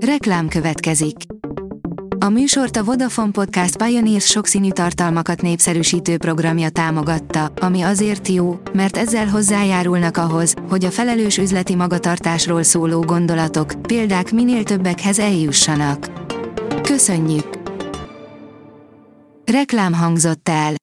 Reklám következik. A műsort a Vodafone Podcast Pioneers sokszínű tartalmakat népszerűsítő programja támogatta, ami azért jó, mert ezzel hozzájárulnak ahhoz, hogy a felelős üzleti magatartásról szóló gondolatok, példák minél többekhez eljussanak. Köszönjük! Reklám hangzott el.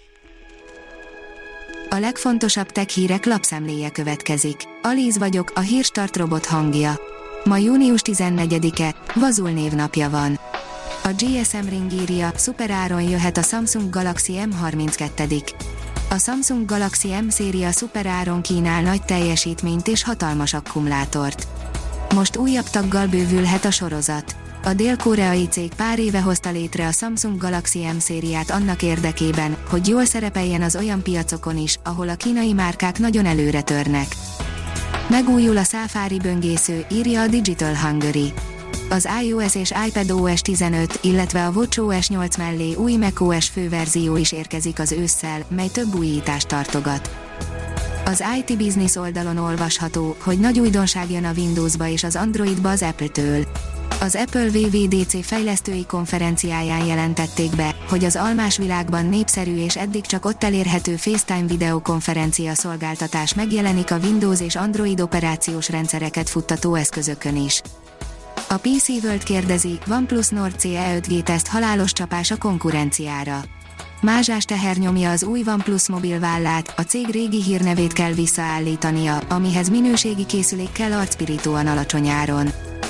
A legfontosabb tech hírek lapszemléje következik. Alíz vagyok, a Hírstart robot hangja. Ma június 14-e, Vazul névnapja van. A GSM Ring írja, szuperáron jöhet a Samsung Galaxy M32. A Samsung Galaxy M széria szuperáron kínál nagy teljesítményt és hatalmas akkumulátort. Most újabb taggal bővülhet a sorozat. A dél-koreai cég pár éve hozta létre a Samsung Galaxy M szériát annak érdekében, hogy jól szerepeljen az olyan piacokon is, ahol a kínai márkák nagyon előre törnek. Megújul a Safari böngésző, írja a Digital Hungary. Az iOS és iPadOS 15, illetve a watchOS 8 mellé új macOS főverzió is érkezik az ősszel, mely több újítást tartogat. Az IT Business oldalon olvasható, hogy nagy újdonság jön a Windowsba és az Androidba az Apple-től. Az Apple WWDC fejlesztői konferenciáján jelentették be, hogy az almás világban népszerű és eddig csak ott elérhető FaceTime videokonferencia szolgáltatás megjelenik a Windows és Android operációs rendszereket futtató eszközökön is. A PC World kérdezi, OnePlus Nord CE 5G teszt halálos csapás a konkurenciára. Mázsás teher nyomja az új OnePlus mobil vállát, a cég régi hírnevét kell visszaállítania, amihez minőségi készülék kell arcpirítóan alacsony áron.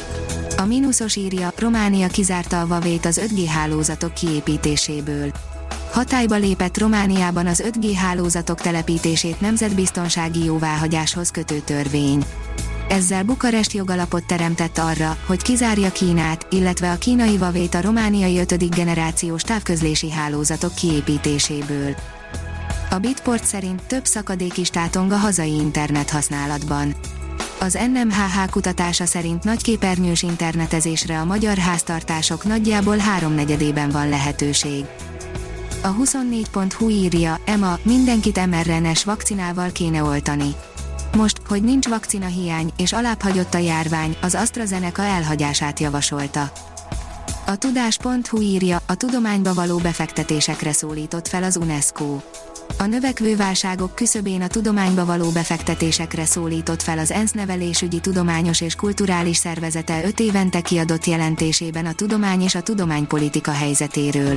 A mínuszos írja, Románia kizárta a Huawei-t az 5G hálózatok kiépítéséből. Hatályba lépett Romániában az 5G hálózatok telepítését nemzetbiztonsági jóváhagyáshoz kötő törvény. Ezzel Bukarest jogalapot teremtett arra, hogy kizárja Kínát, illetve a kínai Huawei-t a romániai 5. generációs távközlési hálózatok kiépítéséből. A Bitport szerint több szakadék is tátong a hazai internet használatban. Az NMHH kutatása szerint nagyképernyős internetezésre a magyar háztartások nagyjából 3/4-ében van lehetőség. A 24.hu írja, EMA, mindenkit mRNA-s vakcinával kéne oltani. Most, hogy nincs vakcina hiány, és alábbhagyott a járvány, az AstraZeneca elhagyását javasolta. A tudás.hu írja, a tudományba való befektetésekre szólított fel az UNESCO. A növekvő válságok küszöbén a tudományba való befektetésekre szólított fel az ENSZ nevelésügyi tudományos és kulturális szervezete 5 évente kiadott jelentésében a tudomány és a tudománypolitika helyzetéről.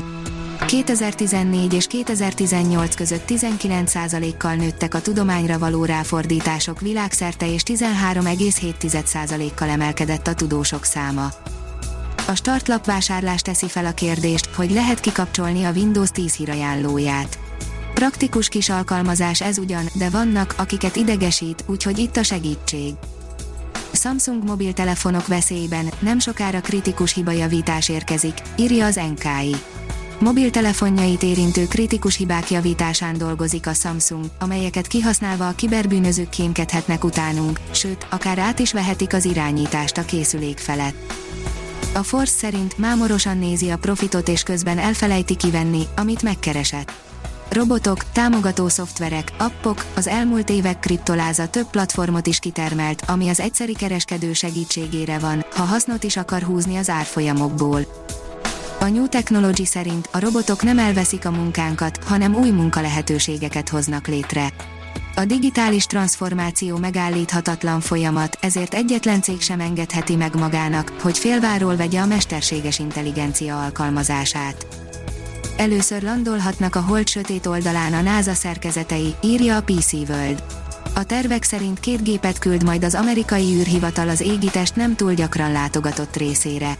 2014 és 2018 között 19%-kal nőttek a tudományra való ráfordítások világszerte és 13,7%-kal emelkedett a tudósok száma. A startlap vásárlás teszi fel a kérdést, hogy lehet kikapcsolni a Windows 10 hírajánlóját. Praktikus kis alkalmazás ez ugyan, de vannak, akiket idegesít, úgyhogy itt a segítség. Samsung mobiltelefonok veszélyben, nem sokára kritikus hibajavítás érkezik, írja az NKI. Mobiltelefonjait érintő kritikus hibák javításán dolgozik a Samsung, amelyeket kihasználva a kiberbűnözők kémkedhetnek utánunk, sőt, akár át is vehetik az irányítást a készülék felett. A Force szerint mámorosan nézi a profitot és közben elfelejti kivenni, amit megkeresett. Robotok, támogató szoftverek, appok, az elmúlt évek kriptoláza több platformot is kitermelt, ami az egyszeri kereskedő segítségére van, ha hasznot is akar húzni az árfolyamokból. A New Technology szerint a robotok nem elveszik a munkánkat, hanem új munkalehetőségeket hoznak létre. A digitális transformáció megállíthatatlan folyamat, ezért egyetlen cég sem engedheti meg magának, hogy félváról vegye a mesterséges intelligencia alkalmazását. Először landolhatnak a hold sötét oldalán a NASA szerkezetei, írja a PC World. A tervek szerint 2 gépet küld majd az amerikai űrhivatal az égitest nem túl gyakran látogatott részére.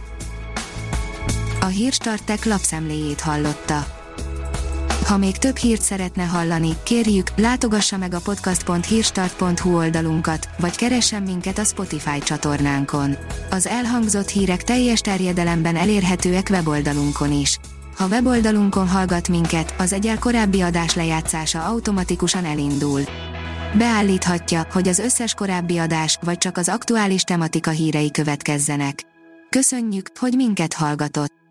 A Hírstart Tech lapszemléjét hallotta. Ha még több hírt szeretne hallani, kérjük, látogassa meg a podcast.hírstart.hu oldalunkat, vagy keressen minket a Spotify csatornánkon. Az elhangzott hírek teljes terjedelemben elérhetőek weboldalunkon is. Ha weboldalunkon hallgat minket, az egyel korábbi adás lejátszása automatikusan elindul. Beállíthatja, hogy az összes korábbi adás, vagy csak az aktuális tematika hírei következzenek. Köszönjük, hogy minket hallgatott!